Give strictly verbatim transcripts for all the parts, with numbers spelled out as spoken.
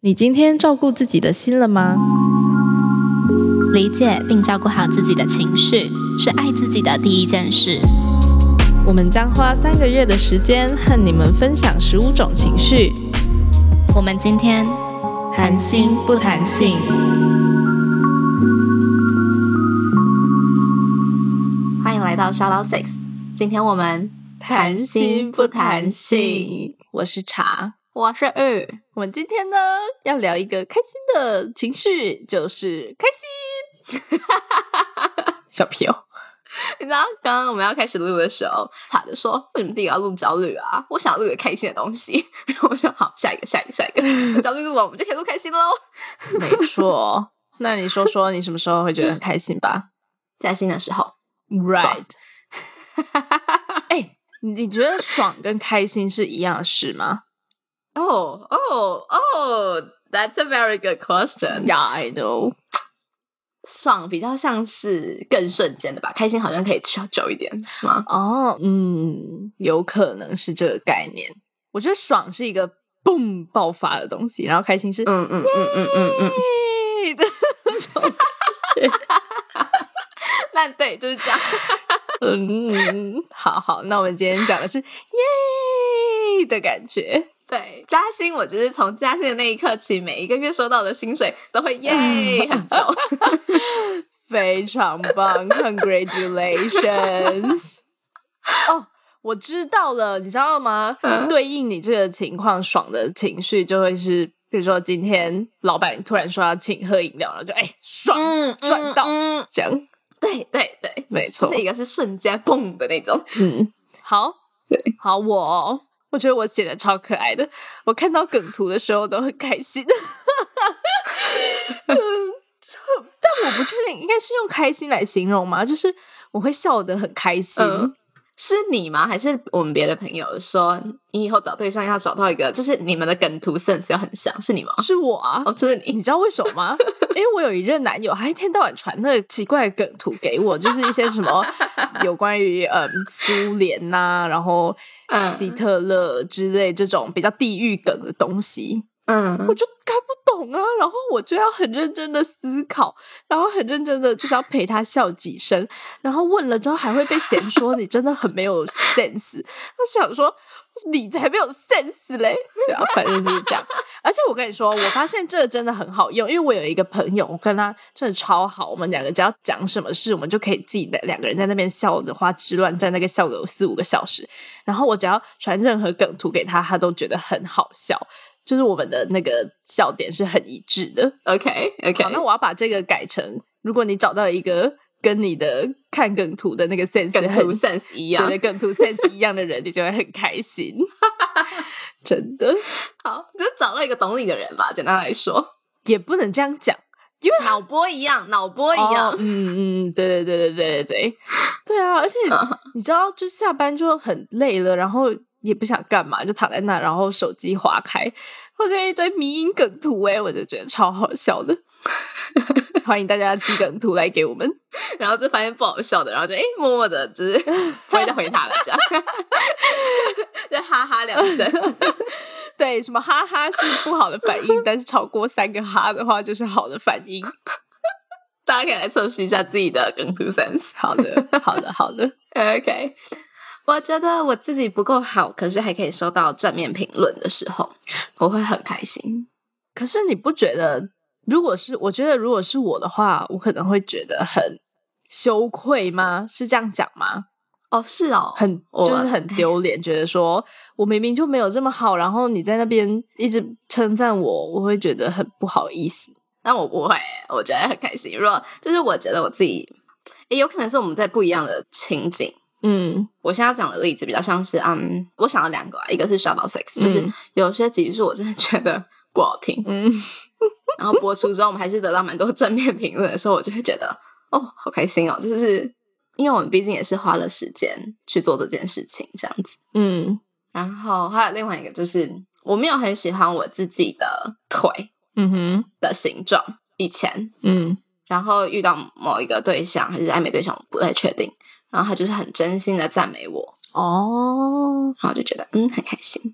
你今天照顾自己的心了吗？ 理解并照顾好自己的情绪，是爱自己的第一件事。 我们将花三个月的时间和你们分享十五种情绪。 我们今天谈心不谈性。 欢迎来到 Shout Out Six， 今天我们谈心不谈性。我是茶， 我是二。 我们今天呢要聊一个开心的情绪，就是开心。小屁哦。 你知道刚刚我们要开始录的时候，茶就说为什么第一个要录焦虑啊？我想要录个开心的东西。然后我说好，下一个下一个下一个焦虑录完我们就可以录开心咯。 没错。那你说说你什么时候会觉得很开心吧？ 开心的时候 Right。 哎，你觉得爽跟开心是一样的事吗？ Oh oh oh That's a very good question. Yeah, I know. 爽比较像是更瞬间的吧，开心好像可以久久一点吗？ 哦，嗯，有可能是这个概念。我觉得爽是一个嘣爆发的东西，然后开心是嗯嗯嗯嗯嗯嗯的那种感觉。 那对，就是这样。 嗯，好好，那我们今天讲的是耶的感觉。 对，加薪我就是从加薪的那一刻起，每一个月收到的薪水都会耶很久。 非常棒 Congratulations。 哦，我知道了，你知道吗？嗯、对应你这个情况爽的情绪就会是比如说今天老板突然说要请喝饮料，然后就哎爽赚、嗯、到、嗯、这样。 对对对， 没错， 这是一个是瞬间蹦的那种。 嗯，好， 对， 好，我我觉得我写的超可爱的，我看到梗图的时候都很开心。但我不确定应该是用开心来形容吗？就是我会笑得很开心。 嗯，是你吗？还是我们别的朋友说你以后找对象要找到一个就是你们的梗图 sense 要很像？是你吗？ 是我啊。 哦，就是你。 你知道为什么吗？因为我有一任男友，他一天到晚传那个奇怪的梗图给我，就是一些什么有关于嗯苏联呐、啊，然后希特勒之类这种比较地狱梗的东西。嗯，我就看不懂啊，然后我就要很认真的思考，然后很认真的就是要陪他笑几声，然后问了之后还会被嫌说你真的很没有 sense。 我想说你才没有 sense 嘞。对啊，反正就是这样。而且我跟你说，我发现这个真的很好用，因为我有一个朋友，我跟他真的超好，我们两个只要讲什么事，我们就可以自己的两个人在那边笑的花枝乱颤，那个笑个四五个小时。然后我只要传任何梗图给他，他都觉得很好笑。就是我们的那个笑点是很一致的。 OK OK， 好，那我要把这个改成如果你找到一个跟你的看梗图的那个 sense 梗图 sense 一样， 对，梗图 sense 一样的人，你就会很开心。真的好，就是找到一个懂你的人吧，简单来说也不能这样讲，因为脑波一样，脑波一样。 哦、嗯嗯，对对对对对对对对啊！而且你知道，就下班就很累了，然后也不想干嘛，就躺在那，然后手机滑开，或者一堆迷因梗图，哎，我就觉得超好笑的。欢迎大家寄梗图来给我们， 然后就发现不好笑的，然后就哎默默的，就是不会再回他了，这样就哈哈两声。 对，什么哈哈是不好的反应，但是超过三个哈的话就是好的反应。 大家可以来测试一下自己的梗图 sense。 好的，好的，好的。 OK。我觉得我自己不够好，可是还可以收到正面评论的时候，我会很开心。 可是你不觉得，如果是我觉得如果是我的话，我可能会觉得很羞愧吗？是这样讲吗？ 哦，是哦， 很就是很丢脸，觉得说我明明就没有这么好，然后你在那边一直称赞我，我会觉得很不好意思。 但我不会，我觉得很开心。如果就是我觉得我自己，也有可能是我们在不一样的情景。嗯，我现在讲的例子比较像是，嗯，我想了两个啊，一个是 Shout Out Six，、嗯、就是有些集数我真的觉得不好听，嗯，然后播出之后我们还是得到蛮多正面评论的时候，我就会觉得哦，好开心哦，就是因为我们毕竟也是花了时间去做这件事情，这样子，嗯，然后还有另外一个就是我没有很喜欢我自己的腿，嗯哼的形状，以前，嗯，然后遇到某一个对象还是暧昧对象，我不太确定。然后他就是很真心的赞美我哦，然后就觉得嗯很开心。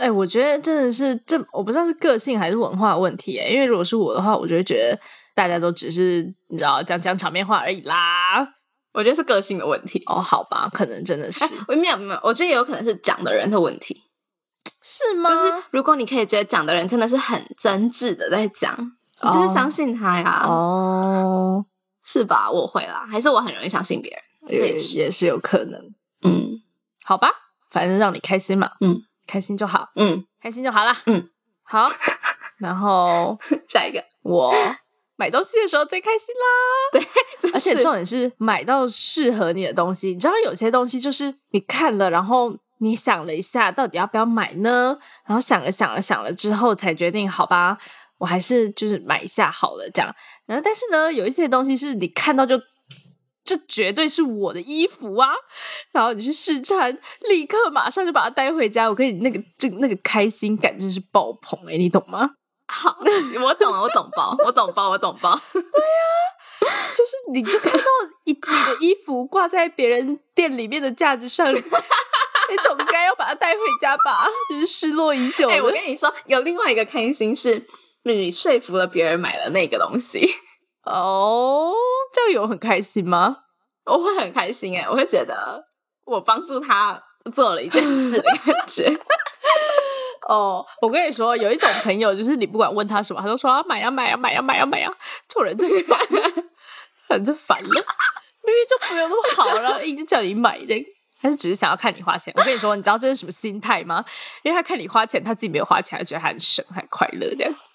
哎、欸，我觉得真的是这，我不知道是个性还是文化的问题哎、欸。因为如果是我的话，我就会觉得大家都只是你知道讲讲场面话而已啦。 我觉得是个性的问题哦，好吧，可能真的是。 欸、没有没有，我觉得也有可能是讲的人的问题， 是吗？ 就是如果你可以觉得讲的人真的是很真挚的在讲，你就会相信他呀。 哦， 是吧？我会啦，还是我很容易相信别人，这也是也是有可能。 嗯， 好吧，反正让你开心嘛， 嗯， 开心就好， 嗯， 开心就好啦， 嗯， 好。然后下一个， 我买东西的时候最开心啦。 对， 而且重点是买到适合你的东西。你知道有些东西就是你看了，然后你想了一下，到底要不要买呢？然后想了想了想了之后，才决定好吧，我还是就是买一下好了这样。然后但是呢，有一些东西是你看到就这绝对是我的衣服啊，然后你去试穿，立刻马上就把它带回家。我跟你那个这那个开心感真是爆棚诶、欸、你懂吗？ 好，我懂了，我懂包，我懂包，我懂包。 对啊，就是你就看到一你的衣服挂在别人店里面的架子上，你总该要把它带回家吧？就是失落已久的。 哎、欸，我跟你说，有另外一个开心是你说服了别人买了那个东西。 哦，这样有很开心吗？ 我会很开心哎、欸，我会觉得我帮助他做了一件事的感觉。 哦，我跟你说，有一种朋友，就是你不管问他什么，他都说啊买呀买呀买呀买呀买呀，这种人最烦，很就烦了。明明就没有那么好，然后一直叫你买的，他是只是想要看你花钱。我跟你说，你知道这是什么心态吗？因为他看你花钱，他自己没有花钱，他觉得他很省很快乐这样。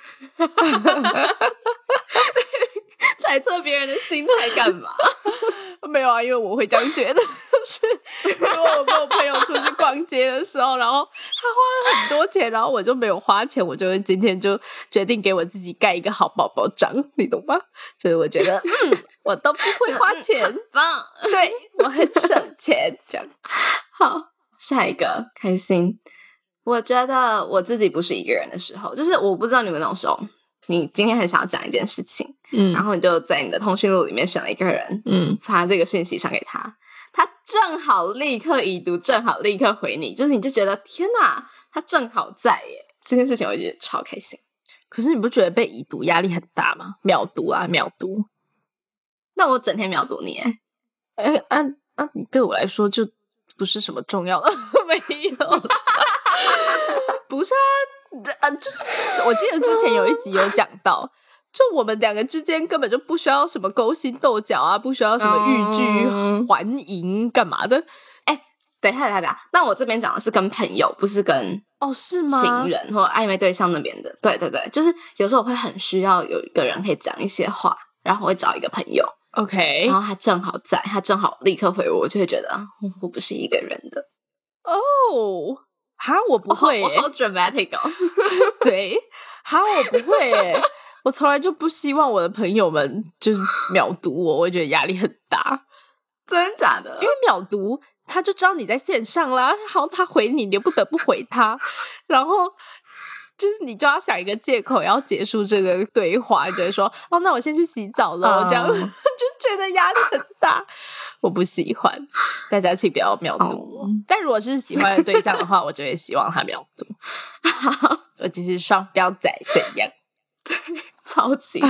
揣测别人的心态干嘛？ 没有啊，因为我会这样觉得，就是如果我跟我朋友出去逛街的时候，然后他花了很多钱，然后我就没有花钱，我就会今天就决定给我自己盖一个好宝宝章，你懂吗？所以我觉得，嗯，我都不会花钱， 很棒， 对，我很省钱，这样。 好，下一个开心。我觉得我自己不是一个人的时候，就是我不知道你们那种时候，你今天很想要讲一件事情，嗯，然后你就在你的通讯录里面选了一个人，嗯，发这个讯息传给他，他正好立刻已读，正好立刻回你，就是你就觉得天哪，他正好在耶，这件事情我就觉得超开心。 可是你不觉得被已读压力很大吗？秒读啊，秒读。 那我整天秒读你耶， 哎啊啊！你对我来说就不是什么重要的，没有。不是啊，啊，就是我记得之前有一集有讲到，就我们两个之间根本就不需要什么勾心斗角啊，不需要什么欲拒还迎干嘛的。 哎、嗯，等一下，等一下，那我这边讲的是跟朋友，不是跟哦是吗？ 情人或暧昧对象那边的。对对对，就是有时候我会很需要有一个人可以讲一些话，然后我会找一个朋友 ，OK， 然后他正好在，他正好立刻回我，我就会觉得我不是一个人的。 哦。哈，我不会耶、 欸，我好 dramatic 哦。 对，哈，我不会耶、欸，我从来就不希望我的朋友们就是秒读我，我会觉得压力很大。 真的假的？ 因为秒读他就知道你在线上啦，好，他回你，你就不得不回他，然后就是你就要想一个借口要结束这个对话，你就会说哦，那我先去洗澡了， uh. 这样就觉得压力很大。我不喜欢，大家请不要秒读。Oh. 但如果是喜欢的对象的话，我就会希望他秒读。我只是双标仔怎样？ 对，超级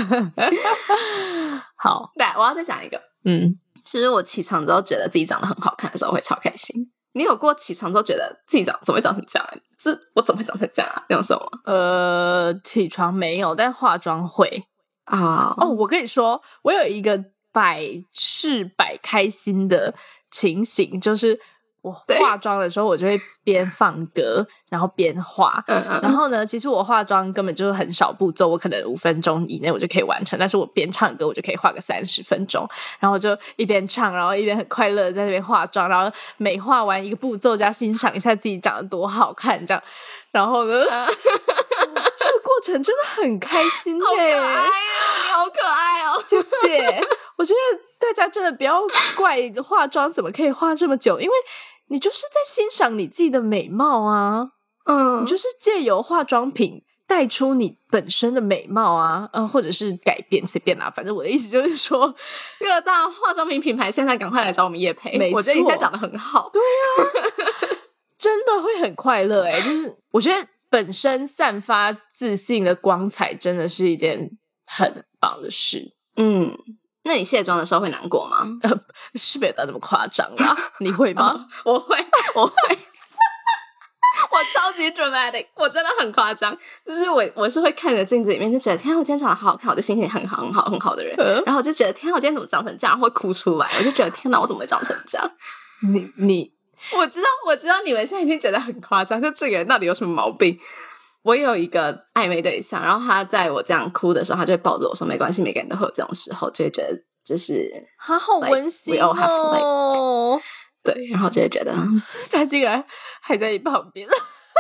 好。 对，我要再讲一个。嗯，其实我起床之后觉得自己长得很好看的时候，会超开心。你有过起床之后觉得自己长怎么会长成这样、啊？这我怎么会長成這樣啊？那種什麼？ 呃，起床没有，但化妝會啊。哦，我跟你說，我有一個百試百開心的情形，就是我化妝的時候，我就會邊放歌，然後邊畫。嗯嗯。然後呢，其實我化妝根本就是很少步驟，我可能五分鐘以內我就可以完成。但是我邊唱歌，我就可以畫個三十分鐘。然後我就一邊唱，然後一邊很快樂的在那邊化妝，然後每畫完一個步驟，就要欣賞一下自己長得多好看，這樣。然後呢，嗯、這個過程真的很開心耶、欸！ 好可愛哦，你好可愛哦， 謝謝。我覺得大家真的不要怪化妝怎麼可以化這麼久，因為你就是在欣賞你自己的美貌啊，嗯，你就是借由化妝品帶出你本身的美貌啊，嗯，或者是改變隨便啦，反正我的意思就是說， 各大化妝品品牌現在趕快來找我們業配， 沒錯， 我覺得你現在長得很好， 對啊。 真的会很快乐欸，就是我觉得本身散发自信的光彩真的是一件很棒的事。 嗯，那你卸妆的时候会难过吗？ 呃，是没有到那么夸张啦。你会吗？ 我会，我会。我超级 dramatic， 我真的很夸张，就是我我是会看着镜子里面就觉得天啊，我今天长得好好看，我的心情很好很好很好的人，呃、然后我就觉得天啊，我今天怎么长成这样，会哭出来，我就觉得天哪，我怎么会长成这样？ 你你， 我知道我知道你们现在已经觉得很夸张，就这个人到底有什么毛病？我有一个暧昧对象，然后他在我这样哭的时候，他就会抱着我说没关系，每个人都会有这种时候，就会觉得就是他好温馨哦。 Like, we all have, like, 对，然后就会觉得他竟然还在你旁边。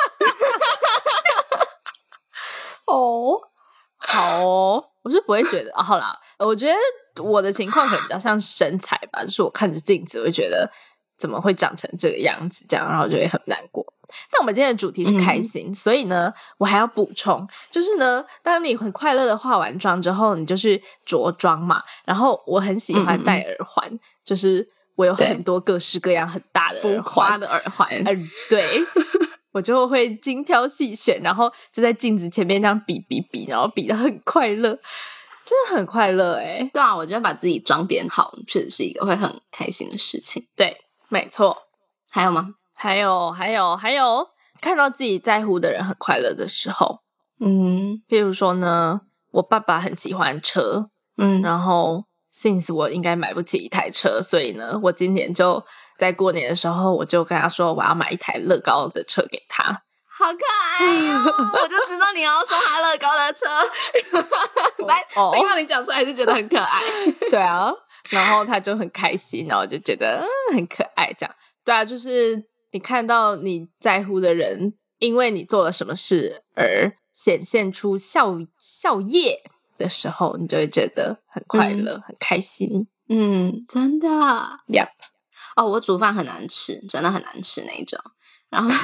哦，好哦，我是不会觉得、哦、好啦，我觉得我的情况可能比较像身材吧，就是我看着镜子我会觉得怎么会长成这个样子这样，然后就会很难过。但我们今天的主题是开心、嗯、所以呢我还要补充，就是呢当你很快乐的化完妆之后，你就去着装嘛，然后我很喜欢戴耳环、嗯、就是我有很多各式各样很大的浮夸的耳环、 呃、对我就会精挑细选，然后就在镜子前面这样比比比，然后比得很快乐，真的很快乐欸。 对啊，我觉得把自己装点好确实是一个会很开心的事情。 对，没错。 还有吗？ 还有还有还有看到自己在乎的人很快乐的时候，嗯，譬如说呢我爸爸很喜欢车，嗯，然后 since 我应该买不起一台车，所以呢我今年就在过年的时候我就跟他说我要买一台乐高的车给他。 好可爱哦我就知道你要送他乐高的车来听到你讲出来还是觉得很可爱对啊，然后他就很开心，然后就觉得、嗯、很可爱这样。对啊，就是你看到你在乎的人因为你做了什么事而显现出笑笑靥的时候，你就会觉得很快乐、嗯、很开心。 嗯，真的 Yep。 哦，我煮饭很难吃，真的很难吃那一种，然后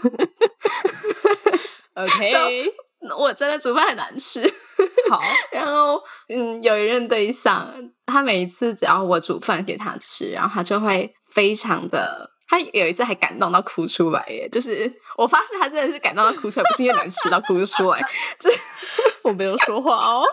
OK 我真的煮饭很难吃好然后嗯，有一任对象，他每一次只要我煮饭给他吃，然后他就会非常的，他有一次还感动到哭出来耶，就是我发现他真的是感动到哭出来，不是因为难吃到哭出来就我没有说话哦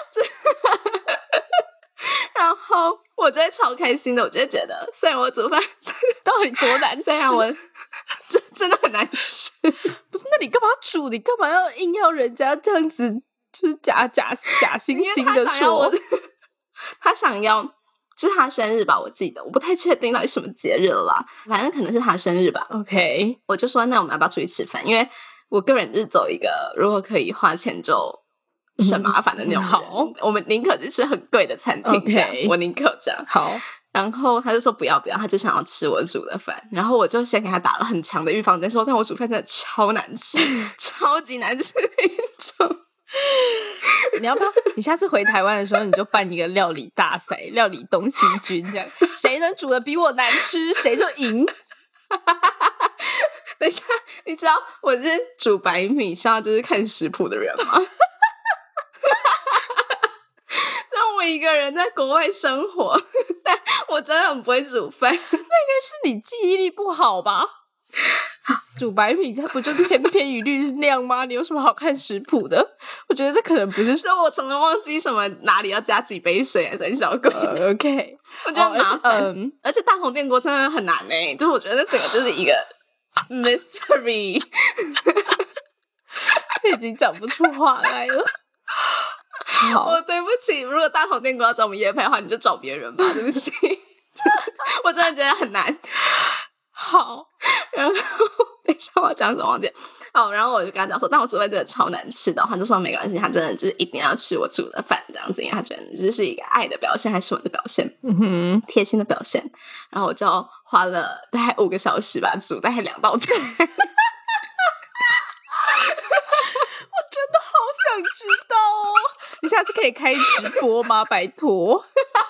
然后我就会超开心的，我就会觉得虽然我煮饭到底多难吃， 虽然我真真的很难吃不是，那你干嘛煮？你干嘛要硬要人家这样子就是假假假惺惺的说他想要是他生日吧，我记得我不太确定到底什么节日了啦，反正可能是他生日吧。 OK， 我就说那我们要不要出去吃饭，因为我个人是走一个如果可以花钱就省麻烦的那种人、嗯、好，我们宁可去吃很贵的餐厅 OK， 我宁可这样。 好， 然后他就说不要不要，他就想要吃我煮的饭，然后我就先给他打了很强的预防针，说但我煮饭真的超难吃超级难吃那一种你要不要你下次回台湾的时候你就办一个料理大赛，料理东西军这样，谁能煮的比我难吃谁就赢等一下，你知道我是煮白米需要就是看食谱的人吗像我一个人在国外生活但我真的很不会煮饭那应该是你记忆力不好吧煮白米它不就千篇一律是那样吗？你有什么好看食谱的？我觉得这可能不是说我常常忘记什么哪里要加几杯水还是很小狗的、 uh, OK 我觉得很麻烦、哦嗯、而且大同电锅真的很难耶，就是我觉得那整个就是一个 mystery 已经讲不出话来了好， 我对不起，如果大同电锅要找我们业配的话你就找别人吧对不起我真的觉得很难。 好， 然后等一下我要讲什么忘记哦，然后我就跟他讲说但我煮饭真的超难吃的，他就说没关系，他真的就是一定要吃我煮的饭这样子，因为他觉得这是一个爱的表现还是我的表现，嗯哼，贴心的表现。然后我就花了大概五个小时吧煮大概两道菜我真的好想知道哦，你下次可以开直播吗？拜托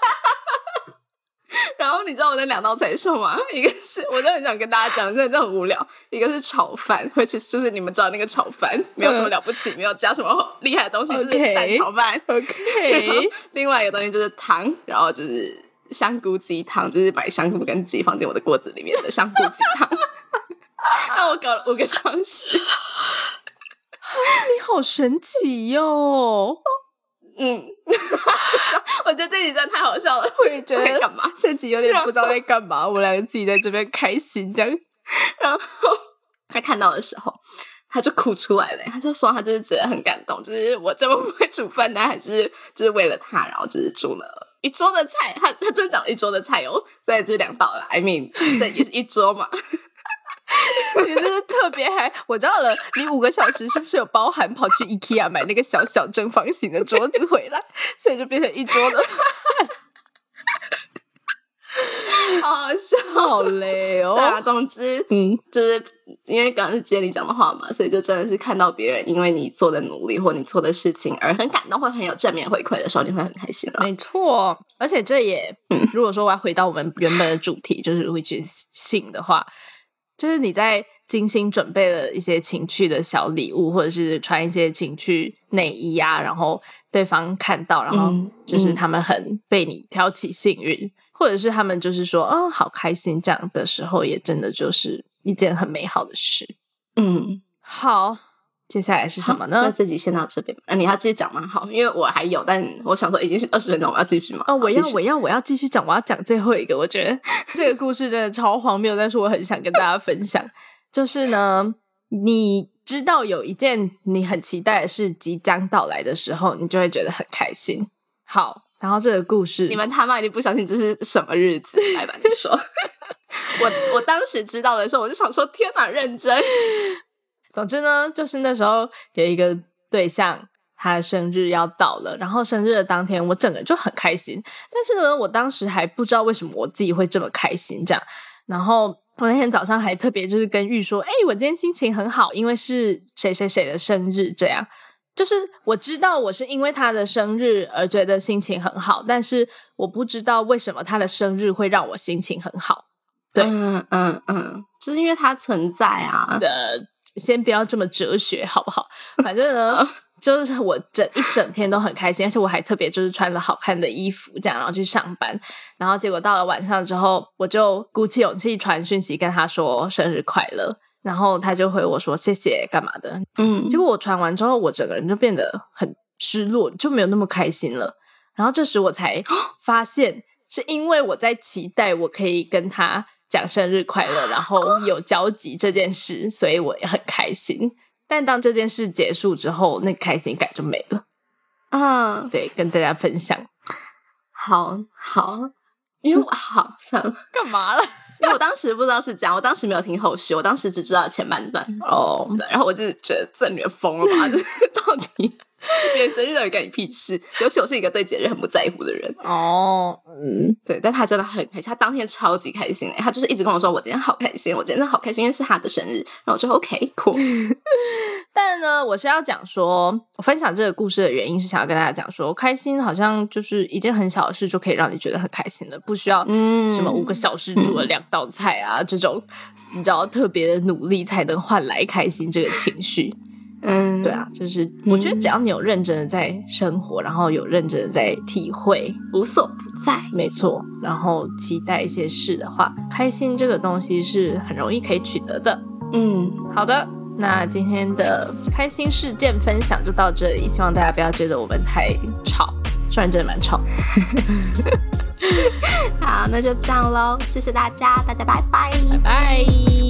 然后你知道我那两道菜是什么吗？一个是我真的很想跟大家讲真的真的很无聊，一个是炒饭，或者就是你们知道那个炒饭没有什么了不起、嗯、没有加什么厉害的东西、okay, 就是蛋炒饭 OK 另外一个东西就是汤，然后就是香菇鸡汤，就是把香菇跟鸡放进我的锅子里面的香菇鸡汤让我搞了五个小时。 你好神奇哟、哦！ 嗯，我觉得这集真的太好笑了。 我也觉得干嘛？ 这集有点不知道在干嘛。我们两个自己在这边开心这样。 然后他看到的时候，他就哭出来了。他就说他就是觉得很感动，就是我这么不会煮饭，但还是就是为了他，然后就是煮了一桌的菜。他他真的讲了一桌的菜哦，所以就是两道了。I mean， 这也是一桌嘛。 你就是特别还我知道了，你五个小时是不是有包含跑去 IKEA 买那个小小正方形的桌子回来，所以就变成一桌的饭。 好好笑， 好累哦。 对啊，总之，嗯，就是因为刚刚是接你讲的话嘛，所以就真的是看到别人因为你做的努力或你做的事情而很感动，会很有正面回馈的时候，你会很开心了。 没错，而且这也，嗯，如果说我要回到我们原本的主题，就是 which is 性的话。就是你在精心准备了一些情趣的小礼物，或者是穿一些情趣内衣啊，然后对方看到，然后就是他们很被你挑起性欲、嗯嗯、或者是他们就是说哦好开心这样的时候，也真的就是一件很美好的事。嗯，好，接下来是什么呢？ 那这集先到这边、呃、你要继续讲吗？好，因为我还有，但我想说已经是二十分钟，我要继续吗？ 哦，我要我要我要继续讲，我要讲最后一个。我觉得这个故事真的超荒谬，但是我很想跟大家分享。就是呢，你知道有一件你很期待的事即将到来的时候，你就会觉得很开心。好，然后这个故事， 你们他妈一定不相信这是什么日子，来吧，你说。我我当时知道的时候，我就想说，天哪，认真。 总之呢，就是那时候有一个对象，他的生日要到了，然后生日的当天，我整个就很开心。但是呢，我当时还不知道为什么我自己会这么开心，这样。然后我那天早上还特别就是跟玉说，哎，我今天心情很好，因为是谁谁谁的生日，这样。就是我知道我是因为他的生日而觉得心情很好，但是我不知道为什么他的生日会让我心情很好。对， 嗯嗯嗯，就是因为它存在啊。 的，先不要这么哲学好不好？反正呢，就是我整一整天都很开心，而且我还特别就是穿了好看的衣服，这样然后去上班。然后结果到了晚上之后，我就鼓起勇气传讯息跟他说生日快乐，然后他就回我说谢谢干嘛的。嗯，结果我传完之后，我整个人就变得很失落，就没有那么开心了。然后这时我才发现，是因为我在期待我可以跟他讲生日快乐，然后有交集这件事，所以我也很开心。但当这件事结束之后，那开心感就没了。嗯，对，跟大家分享。 好好，因为我好算了， 干嘛了？ 因为我当时不知道是这样，我当时没有听后续，我当时只知道前半段。哦，对，然后我就觉得这女人疯了吧？就是到底。就是别人生日到底干你屁事？尤其我是一个对节日很不在乎的人哦，嗯，对，但他真的很开心，他当天超级开心的，他就是一直跟我说我今天好开心，我今天真的好开心，因为是他的生日，然后我就 OK cool。 但呢，我是要讲说，我分享这个故事的原因是想要跟大家讲说，开心好像就是一件很小的事就可以让你觉得很开心的，不需要什么五个小时煮了两道菜啊、嗯、这种你知道特别的努力才能换来开心这个情绪。嗯，对啊，就是我觉得只要你有认真的在生活、嗯、然后有认真的在体会， 无所不在， 没错，然后期待一些事的话，开心这个东西是很容易可以取得的。嗯，好的，那今天的开心事件分享就到这里，希望大家不要觉得我们太吵，虽然真的蛮吵。 好，那就这样咯，谢谢大家，大家拜拜， 拜拜。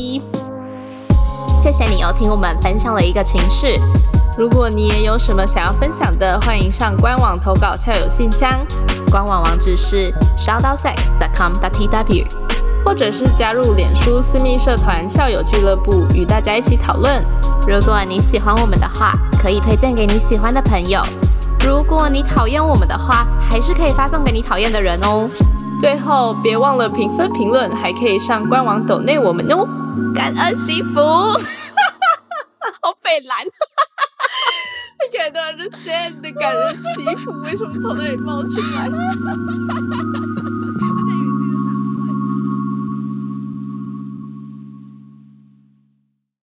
谢谢你又听我们分享了一个情事， 如果你也有什么想要分享的，欢迎上官网投稿校友信箱， 官网网址是 shout out sex dot com dot t w， 或者是加入脸书私密社团校友俱乐部，与大家一起讨论。 如果你喜欢我们的话，可以推荐给你喜欢的朋友，如果你讨厌我们的话，还是可以发送给你讨厌的人哦。 最后别忘了评分评论，还可以上官网抖内我们哦。 感恩惜福。好北蓝。 I can't understand 的感恩惜福为什么从那里冒出来。